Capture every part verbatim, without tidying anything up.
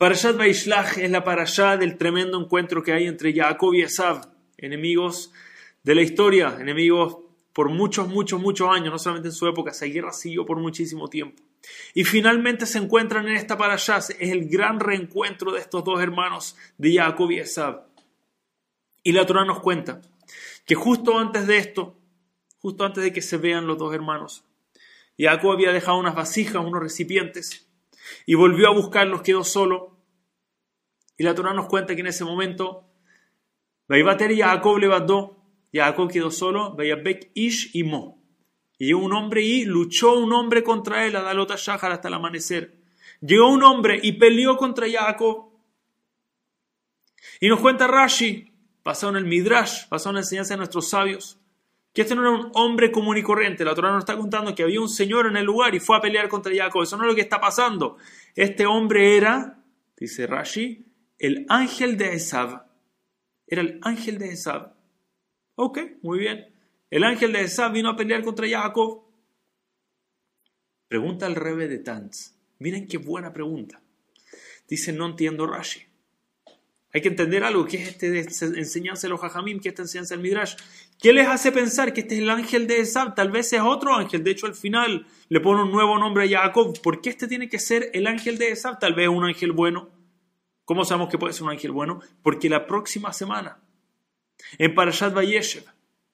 Parashat Vaishlach es la parashá del tremendo encuentro que hay entre Jacob y Esav, enemigos de la historia, enemigos por muchos, muchos, muchos años, no solamente en su época, esa guerra siguió por muchísimo tiempo. Y finalmente se encuentran en esta parashá, es el gran reencuentro de estos dos hermanos de Jacob y Esav. Y la Torá nos cuenta que justo antes de esto, justo antes de que se vean los dos hermanos, Jacob había dejado unas vasijas, unos recipientes, y volvió a buscarlos, quedó solo. Y la Torá nos cuenta que en ese momento, Vaivater Jacob levantó, Jacob quedó solo, Vayabek Ish y Mo. Y llegó un hombre y luchó un hombre contra él, Adalota Shahar, hasta el amanecer. Llegó un hombre y peleó contra Jacob. Y nos cuenta Rashi, basado en el Midrash, basado en la enseñanza de nuestros sabios, que este no era un hombre común y corriente. La Torá nos está contando que había un señor en el lugar y fue a pelear contra Jacob. Eso no es lo que está pasando. Este hombre era, dice Rashi, el ángel de Esav. Era el ángel de Esav. Ok, muy bien. El ángel de Esav vino a pelear contra Jacob. Pregunta al Rebbe de Tanz. Miren qué buena pregunta. Dice, no entiendo Rashi. Hay que entender algo, que es esta enseñanza de los Jajamim, que es esta enseñanza del Midrash. ¿Qué les hace pensar que este es el ángel de Esav? Tal vez es otro ángel. De hecho, al final le pone un nuevo nombre a Jacob. ¿Por qué este tiene que ser el ángel de Esav? Tal vez es un ángel bueno. ¿Cómo sabemos que puede ser un ángel bueno? Porque la próxima semana, en Parashat Vayeshev,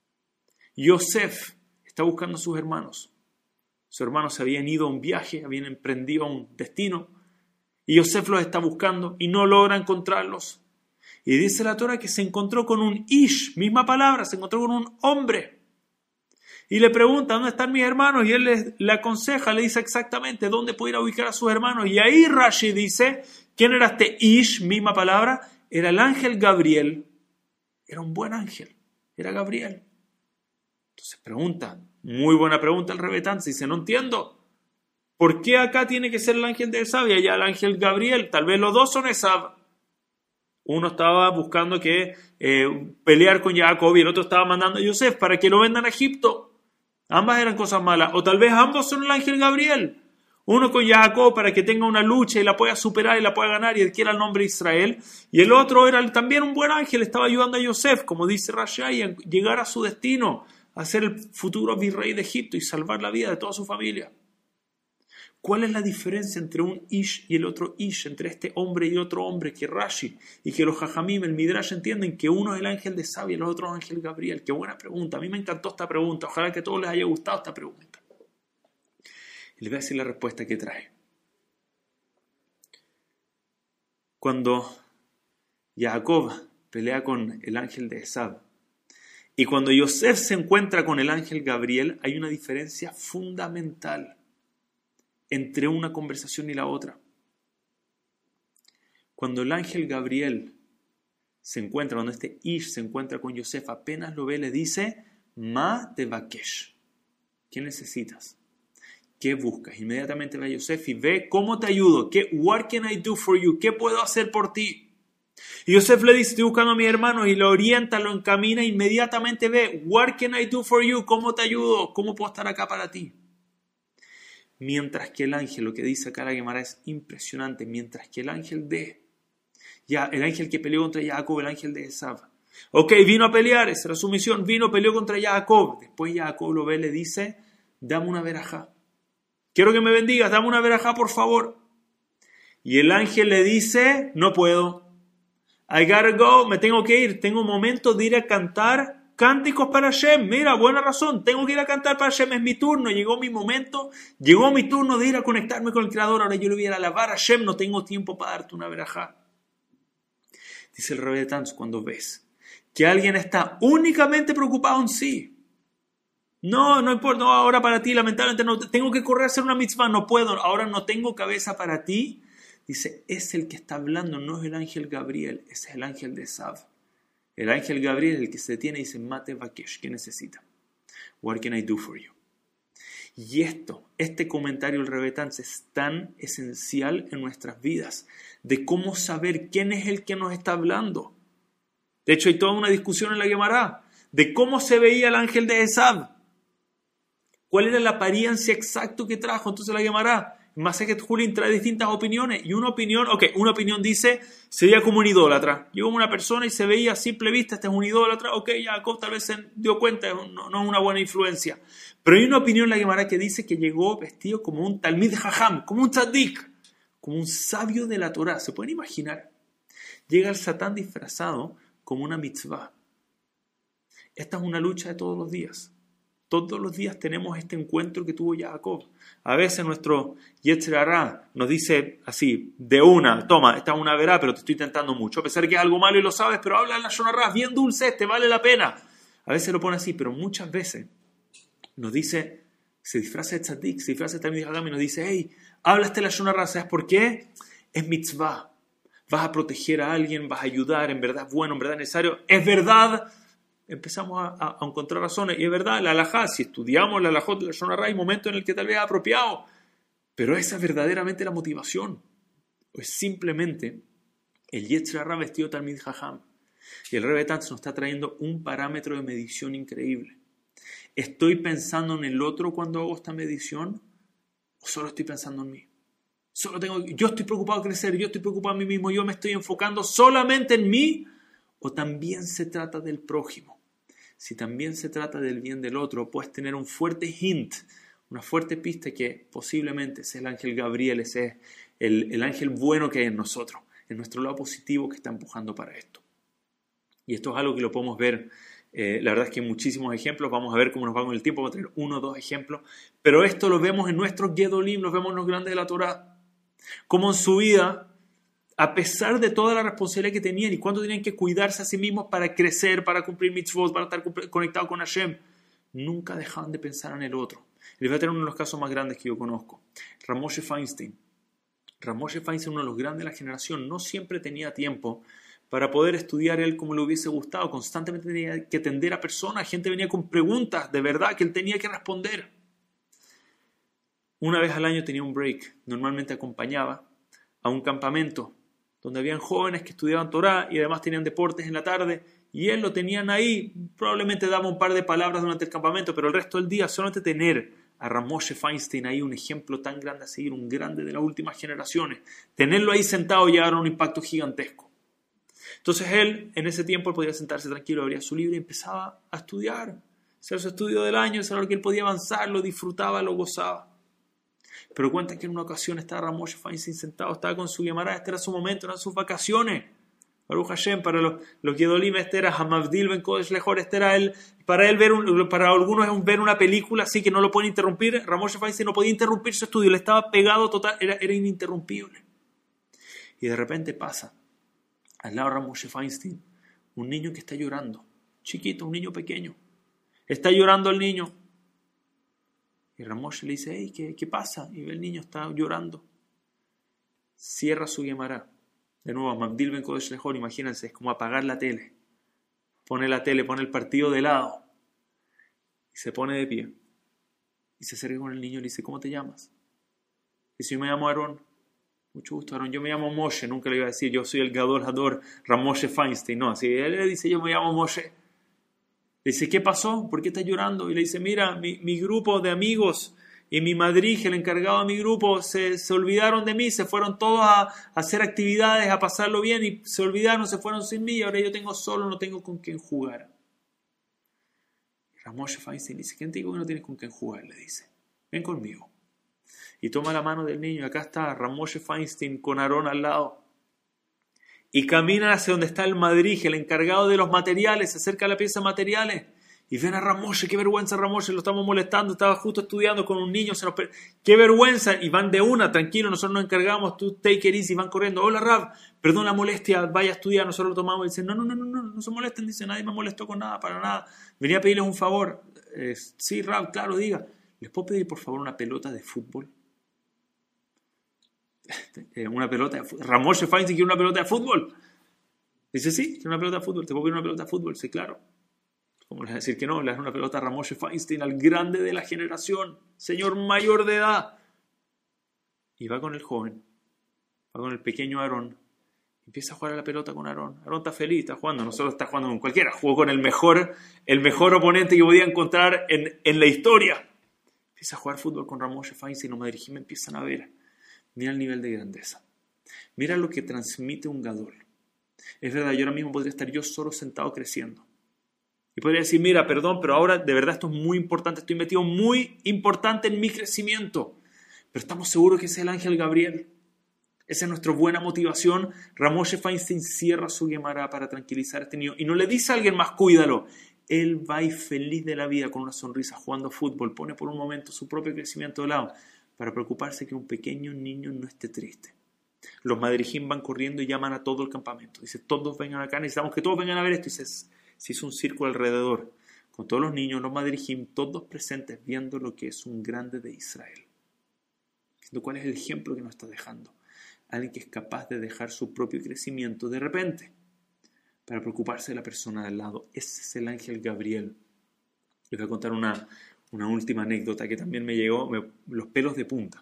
Yosef está buscando a sus hermanos. Sus hermanos se habían ido a un viaje, habían emprendido un destino. Y Yosef los está buscando y no logra encontrarlos. Y dice la Torá que se encontró con un ish, misma palabra, se encontró con un hombre. Y le pregunta, ¿dónde están mis hermanos? Y él le, le aconseja, le dice exactamente dónde puede ir a ubicar a sus hermanos. Y ahí Rashi dice, ¿quién era este ish, misma palabra? Era el ángel Gabriel. Era un buen ángel, era Gabriel. Entonces pregunta, muy buena pregunta el Rebbe Tanz, dice, no entiendo. ¿Por qué acá tiene que ser el ángel de Esav y allá el ángel Gabriel? Tal vez los dos son Esav. Uno estaba buscando que eh, pelear con Jacob y el otro estaba mandando a Yosef para que lo vendan a Egipto. Ambas eran cosas malas. O tal vez ambos son el ángel Gabriel. Uno con Jacob para que tenga una lucha y la pueda superar y la pueda ganar y adquiera el nombre de Israel. Y el otro era también un buen ángel, estaba ayudando a Yosef, como dice Rashi, a llegar a su destino, a ser el futuro virrey de Egipto y salvar la vida de toda su familia. ¿Cuál es la diferencia entre un ish y el otro ish, entre este hombre y otro hombre? Que Rashi y que los Jajamim, el Midrash, entienden que uno es el ángel de Esav y el otro es el ángel Gabriel. Qué buena pregunta, a mí me encantó esta pregunta, ojalá que a todos les haya gustado esta pregunta. Y les voy a decir la respuesta que trae. Cuando Jacob pelea con el ángel de Esav y cuando Yosef se encuentra con el ángel Gabriel, hay una diferencia fundamental entre una conversación y la otra. Cuando el ángel Gabriel se encuentra, cuando este Ish se encuentra con Yosef, apenas lo ve, le dice, Ma tevakesh. ¿Qué necesitas? ¿Qué buscas? Inmediatamente ve a Yosef y ve cómo te ayudo. ¿Qué, what can I do for you? ¿Qué puedo hacer por ti? Y Yosef le dice, estoy buscando a mi hermano y lo orienta, lo encamina, inmediatamente ve, what can I do for you? ¿Cómo te ayudo? ¿Cómo puedo estar acá para ti? Mientras que el ángel, lo que dice acá la Gemara es impresionante, mientras que el ángel de, ya el ángel que peleó contra Jacob, el ángel de Esav, ok, vino a pelear, esa era su misión, vino, peleó contra Jacob, después Jacob lo ve, le dice, dame una verajá, quiero que me bendigas, dame una verajá por favor, y el ángel le dice, no puedo, I gotta go, me tengo que ir, tengo un momento de ir a cantar cánticos para Hashem, mira, buena razón, tengo que ir a cantar para Hashem, es mi turno, llegó mi momento, llegó mi turno de ir a conectarme con el Creador, ahora yo le voy a alabar a Hashem, no tengo tiempo para darte una verajá. Dice el Rebbe de Tanz, cuando ves que alguien está únicamente preocupado en sí, no, no importa, no, ahora para ti, lamentablemente no, tengo que correr a hacer una mitzvah, no puedo, ahora no tengo cabeza para ti, dice, es el que está hablando, no es el ángel Gabriel, ese es el ángel de Esav. El ángel Gabriel es el que se detiene y dice, Mate Vakesh, ¿qué necesita? What can I do for you? Y esto, este comentario del Rebbe Tanz es tan esencial en nuestras vidas, de cómo saber quién es el que nos está hablando. De hecho, hay toda una discusión en la Gemara, de cómo se veía el ángel de Esav. ¿Cuál era la apariencia exacta que trajo? Entonces la Gemara, Masejet Julin trae distintas opiniones y una opinión, ok, una opinión dice, se veía como un idólatra. Llegó una persona y se veía a simple vista, este es un idólatra, ok, Jacob tal vez se dio cuenta, no, no es una buena influencia. Pero hay una opinión en la Gemara que dice que llegó vestido como un Talmid Jajam, como un tzaddik, como un sabio de la Torah. ¿Se pueden imaginar? Llega el Satán disfrazado como una mitzvah. Esta es una lucha de todos los días. Todos los días tenemos este encuentro que tuvo Jacob. A veces nuestro Yetzer Hara nos dice así, de una, toma, esta es una verá, pero te estoy tentando mucho. A pesar de que es algo malo y lo sabes, pero habla en la Lashon Hara, bien dulce, te vale la pena. A veces lo pone así, pero muchas veces nos dice, se disfraza de tzadik, se disfraza de Talmid Jajam y nos dice, hey, hablaste la Lashon Hara, ¿sabes por qué? Es mitzvah. Vas a proteger a alguien, vas a ayudar, en verdad es bueno, en verdad es necesario. Es verdad. Empezamos a, a, a encontrar razones. Y es verdad, la halajá, si estudiamos la halajot de la Lashon Hara, hay momentos en el que tal vez es apropiado. Pero esa es verdaderamente la motivación. O es simplemente el Yetzer Hara vestido Talmid Jajam. Y el Rebbe Tatz nos está trayendo un parámetro de medición increíble. ¿Estoy pensando en el otro cuando hago esta medición? ¿O solo estoy pensando en mí? Solo tengo, yo estoy preocupado de crecer, yo estoy preocupado en mí mismo, yo me estoy enfocando solamente en mí. ¿O también se trata del prójimo? Si también se trata del bien del otro, puedes tener un fuerte hint, una fuerte pista que posiblemente es el ángel Gabriel, ese es el, el ángel bueno que hay en nosotros, en nuestro lado positivo que está empujando para esto. Y esto es algo que lo podemos ver, eh, la verdad es que hay muchísimos ejemplos, vamos a ver cómo nos va con el tiempo, vamos a tener uno o dos ejemplos, pero esto lo vemos en nuestros Gedolim, lo vemos en los grandes de la Torah, como en su vida, a pesar de toda la responsabilidad que tenían y cuánto tenían que cuidarse a sí mismos para crecer, para cumplir mitzvot, para estar conectados con Hashem, nunca dejaban de pensar en el otro. Les voy a tener uno de los casos más grandes que yo conozco. Rav Moshe Feinstein. Rav Moshe Feinstein, uno de los grandes de la generación, no siempre tenía tiempo para poder estudiar él como le hubiese gustado. Constantemente tenía que atender a personas. Gente venía con preguntas de verdad que él tenía que responder. Una vez al año tenía un break. Normalmente acompañaba a un campamento donde habían jóvenes que estudiaban Torah y además tenían deportes en la tarde, y él lo tenían ahí, probablemente daba un par de palabras durante el campamento, pero el resto del día solamente tener a Rav Moshe Feinstein ahí, un ejemplo tan grande a seguir, un grande de las últimas generaciones, tenerlo ahí sentado ya era un impacto gigantesco. Entonces él, en ese tiempo, él podía sentarse tranquilo, abría su libro y empezaba a estudiar, hacer su estudio del año, eso era lo que él podía avanzar, lo disfrutaba, lo gozaba. Pero cuenta que en una ocasión estaba Rav Moshe Feinstein sentado, estaba con su Gemara, este era su momento, eran sus vacaciones. Baruch Hashem, para los, los Gedolim este era Hamavdil Ben Kodesh Lejor, este era él, para él ver un, para algunos es un, ver una película así que no lo pueden interrumpir. Rav Moshe Feinstein no podía interrumpir su estudio, le estaba pegado total, era, era ininterrumpible. Y de repente pasa al lado de Rav Moshe Feinstein un niño que está llorando, chiquito, un niño pequeño, está llorando el niño. Y Rav Moshe le dice, hey, ¿qué, ¿qué pasa? Y ve el niño está llorando. Cierra su Gemara. De nuevo, Mabdil Ben Kodesh Lejor, imagínense, es como apagar la tele. Pone la tele, pone el partido de lado. Y se pone de pie. Y se acerca con el niño y le dice, ¿cómo te llamas? Dice, yo me llamo Aarón. Mucho gusto, Aarón. Yo me llamo Moshe. Nunca le iba a decir, yo soy el Gadol Hador Rav Moshe Feinstein. No, así él le dice, yo me llamo Moshe. Le dice, ¿qué pasó? ¿Por qué estás llorando? Y le dice, mira, mi, mi grupo de amigos y mi madrija, el encargado de mi grupo, se, se olvidaron de mí, se fueron todos a, a hacer actividades, a pasarlo bien, y se olvidaron, se fueron sin mí, y ahora yo tengo solo, no tengo con quién jugar. Y Rav Moshe Feinstein dice, ¿quién te dijo que no tienes con quién jugar? Le dice, ven conmigo. Y toma la mano del niño, y acá está Rav Moshe Feinstein con Aarón al lado. Y caminan hacia donde está el madrija, el encargado de los materiales, se acerca a la pieza de materiales. Y ven a Rav Moshe, qué vergüenza Rav Moshe, lo estamos molestando, estaba justo estudiando con un niño, se nos per... qué vergüenza, y van de una, tranquilo, nosotros nos encargamos, tú take it easy, van corriendo, hola Rav, perdón la molestia, vaya a estudiar, nosotros lo tomamos, y dicen, no, no, no, no, no, no se molesten, dice, nadie me molestó con nada, para nada, venía a pedirles un favor, eh, sí Rav, claro, diga, ¿les puedo pedir por favor una pelota de fútbol? una pelota de fútbol, Rav Moshe Feinstein quiere una pelota de fútbol, dice, sí, quiero una pelota de fútbol, ¿te puedo pedir una pelota de fútbol? Sí, claro. ¿Cómo le vas a decir que no? Le das una pelota a Rav Moshe Feinstein, al grande de la generación, señor mayor de edad. Y va con el joven, va con el pequeño Aarón. Empieza a jugar a la pelota con Aarón. Aarón está feliz, está jugando. No solo está jugando con cualquiera, jugó con el mejor, el mejor oponente que podía encontrar en, en la historia. Empieza a jugar fútbol con Rav Moshe Feinstein, los madrijim empiezan a ver. Mira el nivel de grandeza. Mira lo que transmite un gadol. Es verdad, yo ahora mismo podría estar yo solo sentado creciendo. Y podría decir, mira, perdón, pero ahora de verdad esto es muy importante. Estoy metido muy importante en mi crecimiento. Pero estamos seguros que ese es el ángel Gabriel. Esa es nuestra buena motivación. Ramoshe Feinstein cierra su Gemara para tranquilizar a este niño. Y no le dice a alguien más, cuídalo. Él va y feliz de la vida con una sonrisa jugando fútbol. Pone por un momento su propio crecimiento de lado para preocuparse que un pequeño niño no esté triste. Los madrijim van corriendo y llaman a todo el campamento. Dice, todos vengan acá, necesitamos que todos vengan a ver esto. Y se, se hizo un círculo alrededor, con todos los niños, los madrijim, todos presentes, viendo lo que es un grande de Israel. Diciendo, ¿cuál es el ejemplo que nos está dejando? Alguien que es capaz de dejar su propio crecimiento de repente, para preocuparse de la persona de al lado. Ese es el ángel Gabriel. Les voy a contar una, una última anécdota que también me llegó, me, los pelos de punta.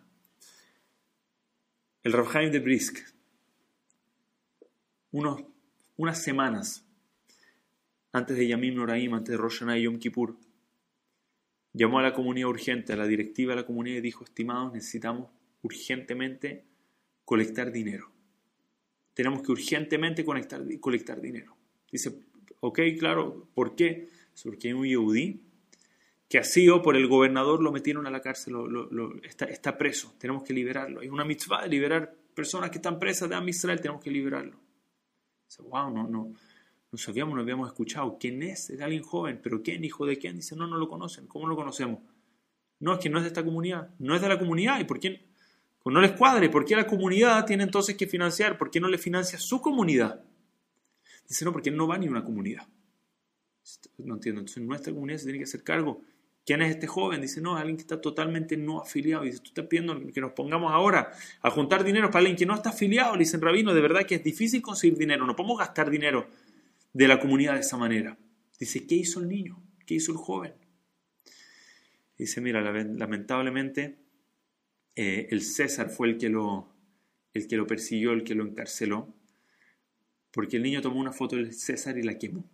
El Rav Chaim de Brisk, unos, unas semanas antes de Yamim Noraim, antes de Rosh Hashanah y Yom Kippur, llamó a la comunidad urgente, a la directiva de la comunidad y dijo, estimados, necesitamos urgentemente colectar dinero. Tenemos que urgentemente colectar, colectar dinero. Dice, ok, claro, ¿por qué? Porque hay un yehudí que ha sido por el gobernador, lo metieron a la cárcel, lo, lo, lo, está, está preso, tenemos que liberarlo. Hay una mitzvah de liberar personas que están presas de Am Israel, tenemos que liberarlo. Dice, wow, no, no, no sabíamos, no habíamos escuchado. ¿Quién es? Es alguien joven, pero ¿quién? ¿Hijo de quién? Dice, no, no lo conocen. ¿Cómo lo conocemos? No, es que no es de esta comunidad, no es de la comunidad. ¿Y por qué? Pues no les cuadre, ¿por qué la comunidad tiene entonces que financiar? ¿Por qué no le financia su comunidad? Dice, no, porque no va ni una comunidad. No entiendo, entonces nuestra comunidad se tiene que hacer cargo. ¿Quién es este joven? Dice, no, es alguien que está totalmente no afiliado. Y dice, tú estás pidiendo que nos pongamos ahora a juntar dinero para alguien que no está afiliado. Le dicen, rabino, de verdad que es difícil conseguir dinero. No podemos gastar dinero de la comunidad de esa manera. Dice, ¿qué hizo el niño? ¿Qué hizo el joven? Dice, mira, lamentablemente eh, el César fue el que, lo, el que lo persiguió, el que lo encarceló, porque el niño tomó una foto del César y la quemó.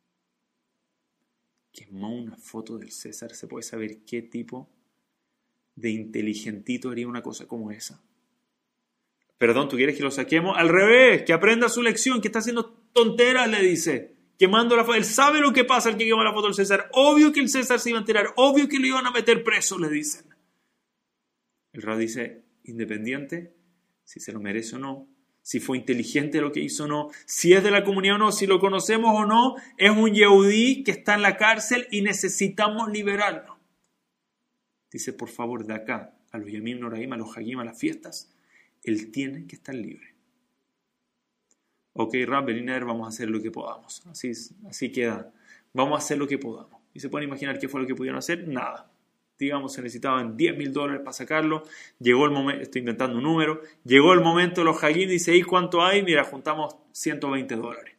Quemó una foto del César. ¿Se puede saber qué tipo de inteligentito haría una cosa como esa? Perdón, ¿tú quieres que lo saquemos? Al revés, que aprenda su lección, que está haciendo tonteras, le dice. Quemando la foto. Él sabe lo que pasa al que quema la foto del César. Obvio que el César se iba a enterar. Obvio que lo iban a meter preso, le dicen. El Rab dice, independiente, si se lo merece o no, si fue inteligente lo que hizo o no, si es de la comunidad o no, si lo conocemos o no, es un yehudí que está en la cárcel y necesitamos liberarlo. Dice, por favor, de acá, a los Yamim Noraim, a los Hagim, a las fiestas, él tiene que estar libre. Ok, Rab, Beliner, vamos a hacer lo que podamos. Así, así queda. Vamos a hacer lo que podamos. ¿Y se pueden imaginar qué fue lo que pudieron hacer? Nada. Digamos, se necesitaban diez mil dólares para sacarlo. Llegó el momento, estoy inventando un número, llegó el momento de los Hagim, dice, ¿y cuánto hay? Mira, juntamos ciento veinte dólares.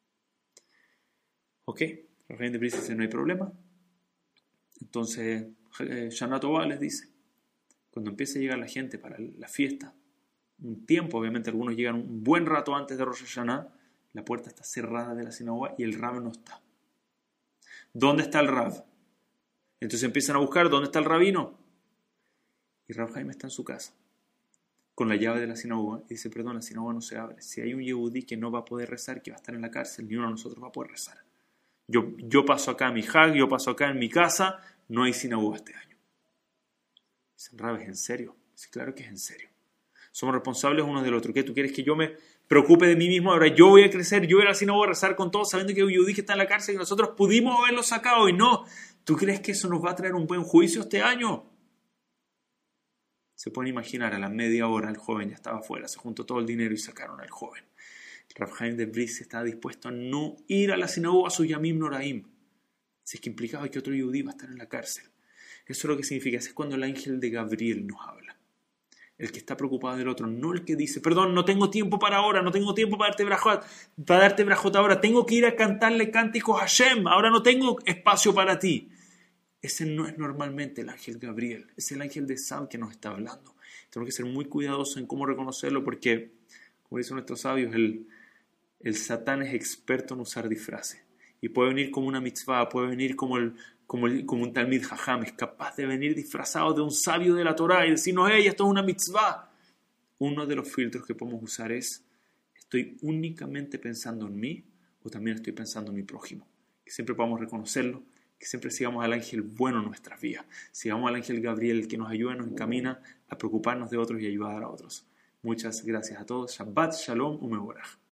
Ok, los Hagim de Brisk dicen, no hay problema. Entonces, eh, Shana Tová les dice, cuando empiece a llegar la gente para la fiesta, un tiempo, obviamente algunos llegan un buen rato antes de Rosh Hashanah, la puerta está cerrada de la sinagoga y el Rab no está. ¿Dónde está el Rab? Entonces empiezan a buscar dónde está el rabino. Y Rav Chaim está en su casa, con la llave de la sinagoga. Y dice, perdón, la sinagoga no se abre. Si hay un yehudí que no va a poder rezar, que va a estar en la cárcel, ni uno de nosotros va a poder rezar. Yo, yo paso acá en mi hag, yo paso acá en mi casa, no hay sinagoga este año. Dicen, Rav, ¿es en serio? Dice, claro que es en serio. Somos responsables unos del otro. ¿Qué? ¿Tú quieres que yo me preocupe de mí mismo? Ahora yo voy a crecer, yo voy a la sinagoga a rezar con todos, sabiendo que hay un yehudí que está en la cárcel y nosotros pudimos haberlo sacado y no. ¿Tú crees que eso nos va a traer un buen juicio este año? Se pueden imaginar, a la media hora el joven ya estaba afuera, se juntó todo el dinero y sacaron al joven. Rav Chaim de Brisk estaba dispuesto a no ir a la sinagoga a su Yamim Noraim. Si es que implicaba que otro yehudí va a estar en la cárcel. Eso es lo que significa, es cuando el ángel de Gabriel nos habla. El que está preocupado del otro, no el que dice, perdón, no tengo tiempo para ahora, no tengo tiempo para darte brajot, para darte brajot ahora, tengo que ir a cantarle cánticos a Hashem, ahora no tengo espacio para ti. Ese no es normalmente el ángel Gabriel, es el ángel de Sam que nos está hablando. Tenemos que ser muy cuidadosos en cómo reconocerlo porque, como dicen nuestros sabios, el, el Satán es experto en usar disfraces. Y puede venir como una mitzvah, puede venir como, el, como, el, como un talmid jajam, es capaz de venir disfrazado de un sabio de la Torah y decirnos, hey, esto es una mitzvah. uno de los filtros que podemos usar es, ¿estoy únicamente pensando en mí o también estoy pensando en mi prójimo? Que siempre podamos reconocerlo, que siempre sigamos al ángel bueno en nuestras vidas. Sigamos al ángel Gabriel, que nos ayuda, nos encamina a preocuparnos de otros y ayudar a otros. Muchas gracias a todos. Shabbat Shalom Umevorach.